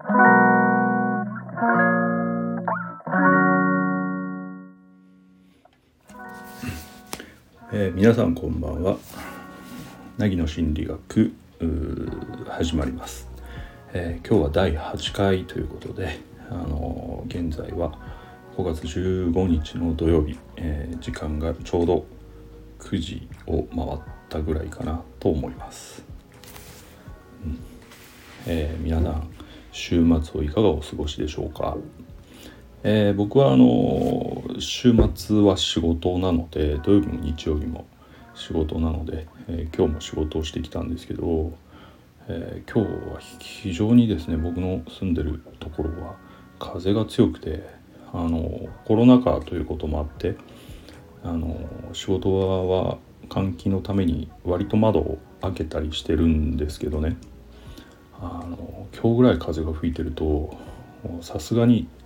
皆さんこんばんは。凪の心理学始まります。今日は第8回ということで、現在は5月15日の土曜日、時間がちょうど9時を回ったぐらいかなと思います。皆さん週末をいかがお過ごしでしょうか。僕は週末は仕事なので、土曜日も日曜日も仕事なので、今日も仕事をしてきたんですけど、今日は非常にですね、僕の住んでるところは風が強くて、コロナ禍ということもあって仕事は換気のために割と窓を開けたりしてるんですけどね、今日ぐらい風が吹いてるとさすがに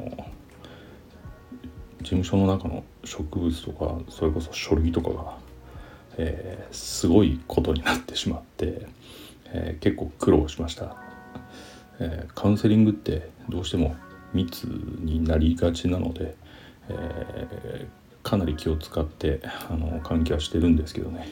事務所の中の植物とかそれこそ書類とかが、すごいことになってしまって、結構苦労しました。カウンセリングってどうしても密になりがちなので、かなり気を使って換気はしてるんですけどね、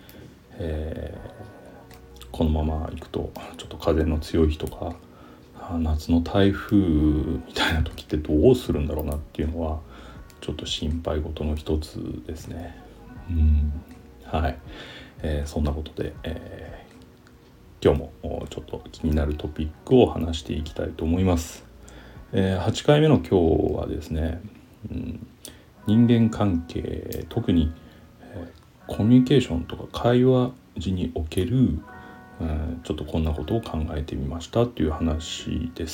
このまま行くとちょっと風の強い日とか夏の台風みたいな時ってどうするんだろうなっていうのはちょっと心配事の一つですね。はい、そんなことで、今日もちょっと気になるトピックを話していきたいと思います。8回目の今日はですね、人間関係、特に、コミュニケーションとか会話時における、ちょっとこんなことを考えてみましたっていう話です。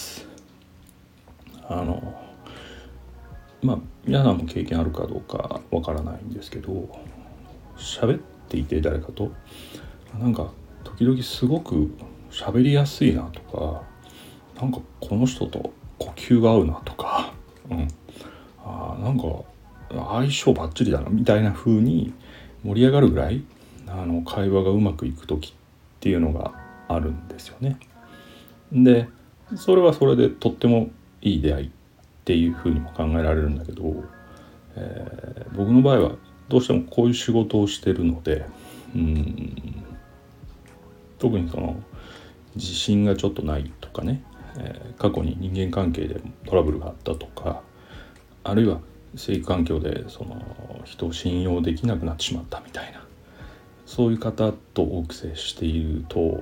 皆さんも経験あるかどうかわからないんですけど、喋っていて誰かとなんか時々すごく喋りやすいなとか、なんかこの人と呼吸が合うなとか、なんか相性バッチリだなみたいな風に盛り上がるぐらい会話がうまくいく時っていうのがあるんですよね。でそれはそれでとってもいい出会いっていう風にも考えられるんだけど、僕の場合はどうしてもこういう仕事をしてるので、特にその自信がちょっとないとかね、過去に人間関係でトラブルがあったとか、あるいは生育環境でその人を信用できなくなってしまったみたいな、そういう方と多く接していると、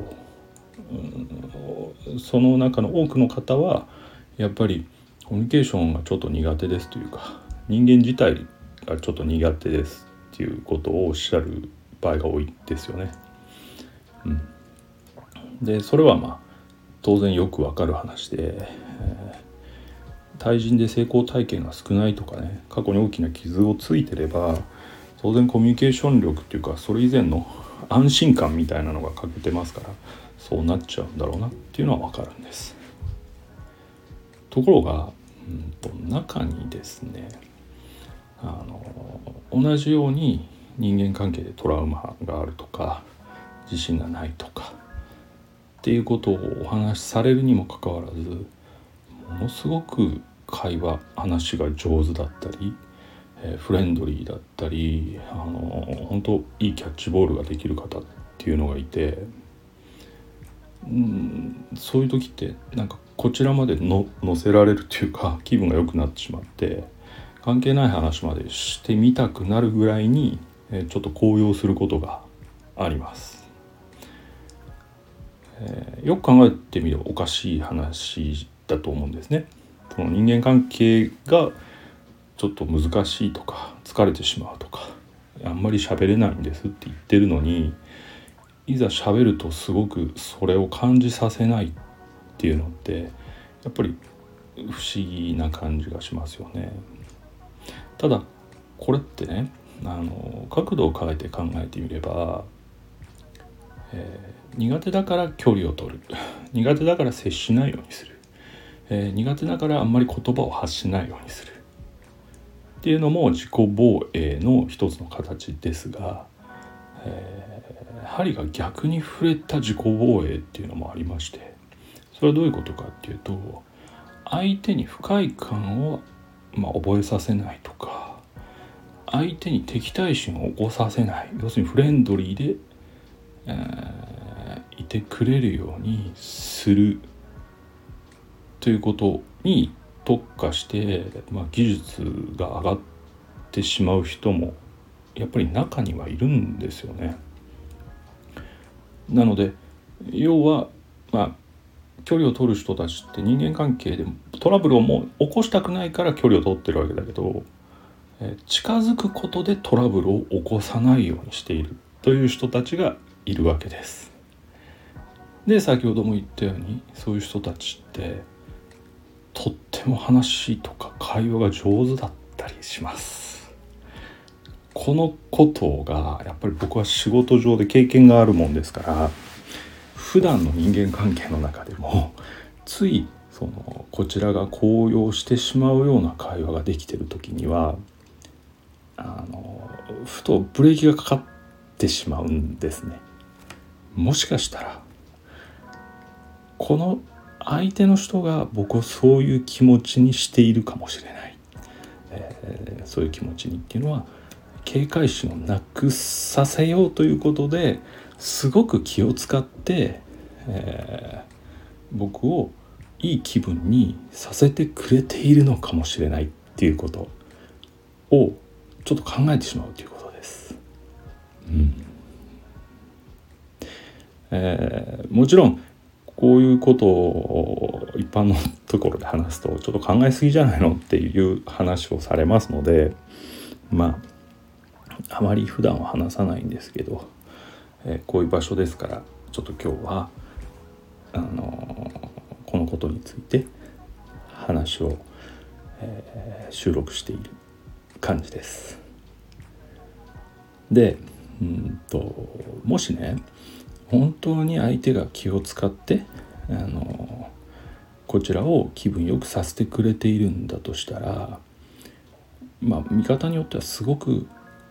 その中の多くの方はやっぱりコミュニケーションがちょっと苦手ですというか、人間自体がちょっと苦手ですっていうことをおっしゃる場合が多いですよね。でそれは当然よくわかる話で、対人で成功体験が少ないとかね、過去に大きな傷をついてれば当然コミュニケーション力っていうか、それ以前の安心感みたいなのが欠けてますから、そうなっちゃうんだろうなっていうのはわかるんです。ところが、中にですね、同じように人間関係でトラウマがあるとか自信がないとかっていうことをお話しされるにもかかわらず、ものすごく話が上手だったり、フレンドリーだったり、本当いいキャッチボールができる方っていうのがいて、そういう時ってなんかこちらまで乗せられるというか、気分が良くなってしまって関係ない話までしてみたくなるぐらいに、ちょっと高揚することがあります。よく考えてみればおかしい話だと思うんですね。その人間関係がちょっと難しいとか疲れてしまうとか、あんまり喋れないんですって言ってるのに、いざ喋るとすごくそれを感じさせないっていうのってやっぱり不思議な感じがしますよね。ただこれってね、角度を変えて考えてみれば、苦手だから距離を取る、苦手だから接しないようにする、苦手だからあんまり言葉を発しないようにするっていうのも自己防衛の一つの形ですが、針が逆に触れた自己防衛っていうのもありまして、 それはどういうことかっていうと、相手に不快感を覚えさせないとか、相手に敵対心を起こさせない、要するにフレンドリーで、いてくれるようにするということに特化して、技術が上がってしまう人もやっぱり中にはいるんですよね。なので要は距離を取る人たちって人間関係でトラブルをもう起こしたくないから距離を取ってるわけだけど、近づくことでトラブルを起こさないようにしているという人たちがいるわけです。で、先ほども言ったようにそういう人たちってとっても話とか会話が上手だったりします。このことがやっぱり僕は仕事上で経験があるもんですから、普段の人間関係の中でもついこちらが高揚してしまうような会話ができている時にはふとブレーキがかかってしまうんですね。もしかしたらこの相手の人が僕をそういう気持ちにしているかもしれない、そういう気持ちにっていうのは警戒心をなくさせようということですごく気を使って、僕をいい気分にさせてくれているのかもしれないっていうことをちょっと考えてしまうということです。もちろんこういうことを一般のところで話すとちょっと考えすぎじゃないのっていう話をされますので、あまり普段は話さないんですけど、こういう場所ですからちょっと今日はこのことについて話を、収録している感じです。で、もしね本当に相手が気を使ってこちらを気分よくさせてくれているんだとしたら、見方によってはすごく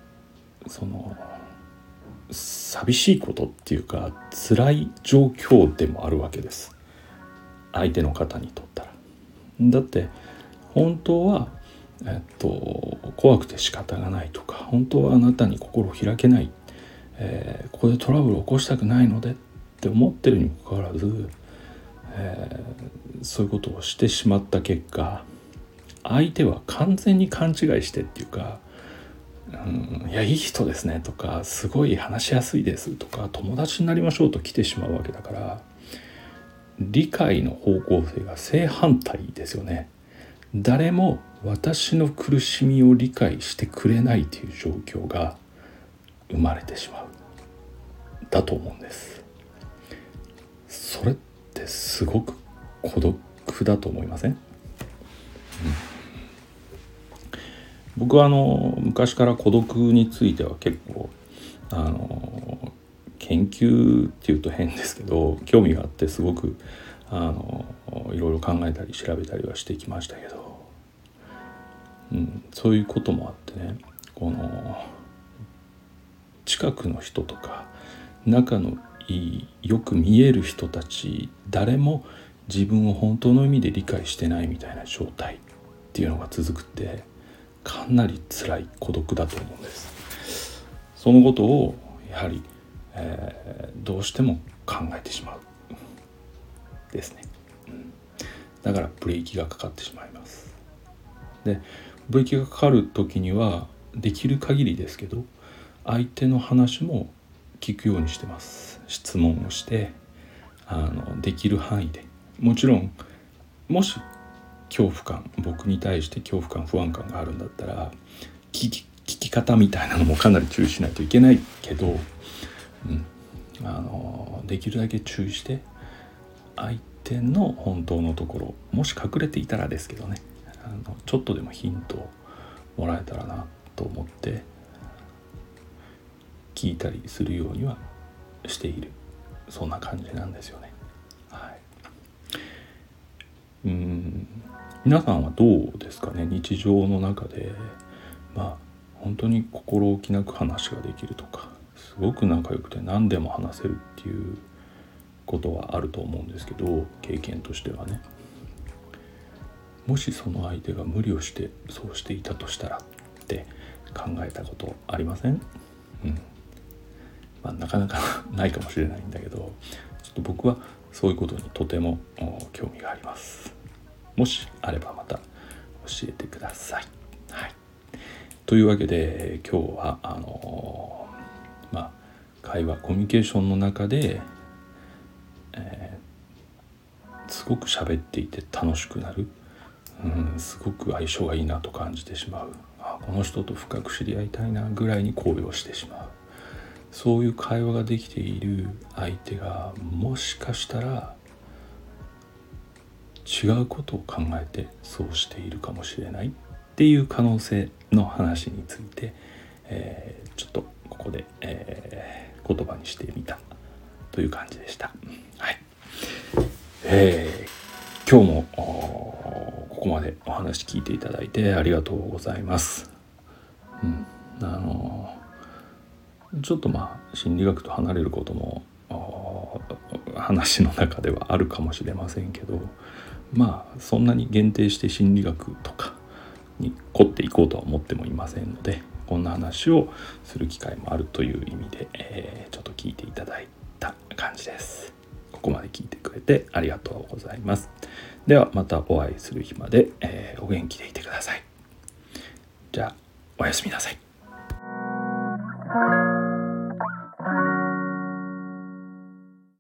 寂しいことっていうか辛い状況でもあるわけです。相手の方にとったら。だって本当は、怖くて仕方がないとか、本当はあなたに心を開けない、ここでトラブルを起こしたくないのでって思ってるにもかかわらず、そういうことをしてしまった結果、相手は完全に勘違いしてっていうか、いやいい人ですねとかすごい話しやすいですとか友達になりましょうと来てしまうわけだから、理解の方向性が正反対ですよね。誰も私の苦しみを理解してくれないという状況が生まれてしまうだと思うんです。それってすごく孤独だと思いません？僕は昔から孤独については結構研究っていうと変ですけど興味があってすごくいろいろ考えたり調べたりはしてきましたけど、そういうこともあってね、この近くの人とか仲のいいよく見える人たち誰も自分を本当の意味で理解してないみたいな状態っていうのが続くってかなり辛い孤独だと思うんです。そのことをやはり、どうしても考えてしまうですね、だからブレーキがかかってしまいます。でブレーキがかかる時にはできる限りですけど相手の話も聞くようにしてます。質問をしてできる範囲で、もちろんもし恐怖感、僕に対して恐怖感不安感があるんだったら聞き方みたいなのもかなり注意しないといけないけど、できるだけ注意して相手の本当のところ、もし隠れていたらですけどね、ちょっとでもヒントをもらえたらなと思って聞いたりするようにはしている、そんな感じなんですよね。皆さんはどうですかね。日常の中で本当に心置きなく話ができるとか、すごく仲良くて何でも話せるっていうことはあると思うんですけど、経験としてはね、もしその相手が無理をしてそうしていたとしたらって考えたことありません？なかなかないかもしれないんだけど、ちょっと僕はそういうことにとても興味があります。もしあればまた教えてください。はい、というわけで今日は会話コミュニケーションの中で、すごく喋っていて楽しくなる、すごく相性がいいなと感じてしまう、この人と深く知り合いたいなぐらいに高揚してしまう、そういう会話ができている相手がもしかしたら違うことを考えてそうしているかもしれないっていう可能性の話について、ちょっとここで、言葉にしてみたという感じでした。はい、今日もここまでお話聞いていただいてありがとうございます。ちょっと心理学と離れることも話の中ではあるかもしれませんけど、そんなに限定して心理学とかに凝っていこうとは思ってもいませんので、こんな話をする機会もあるという意味で、ちょっと聞いていただいた感じです。ここまで聞いてくれてありがとうございます。ではまたお会いする日まで、お元気でいてください。じゃあおやすみなさい。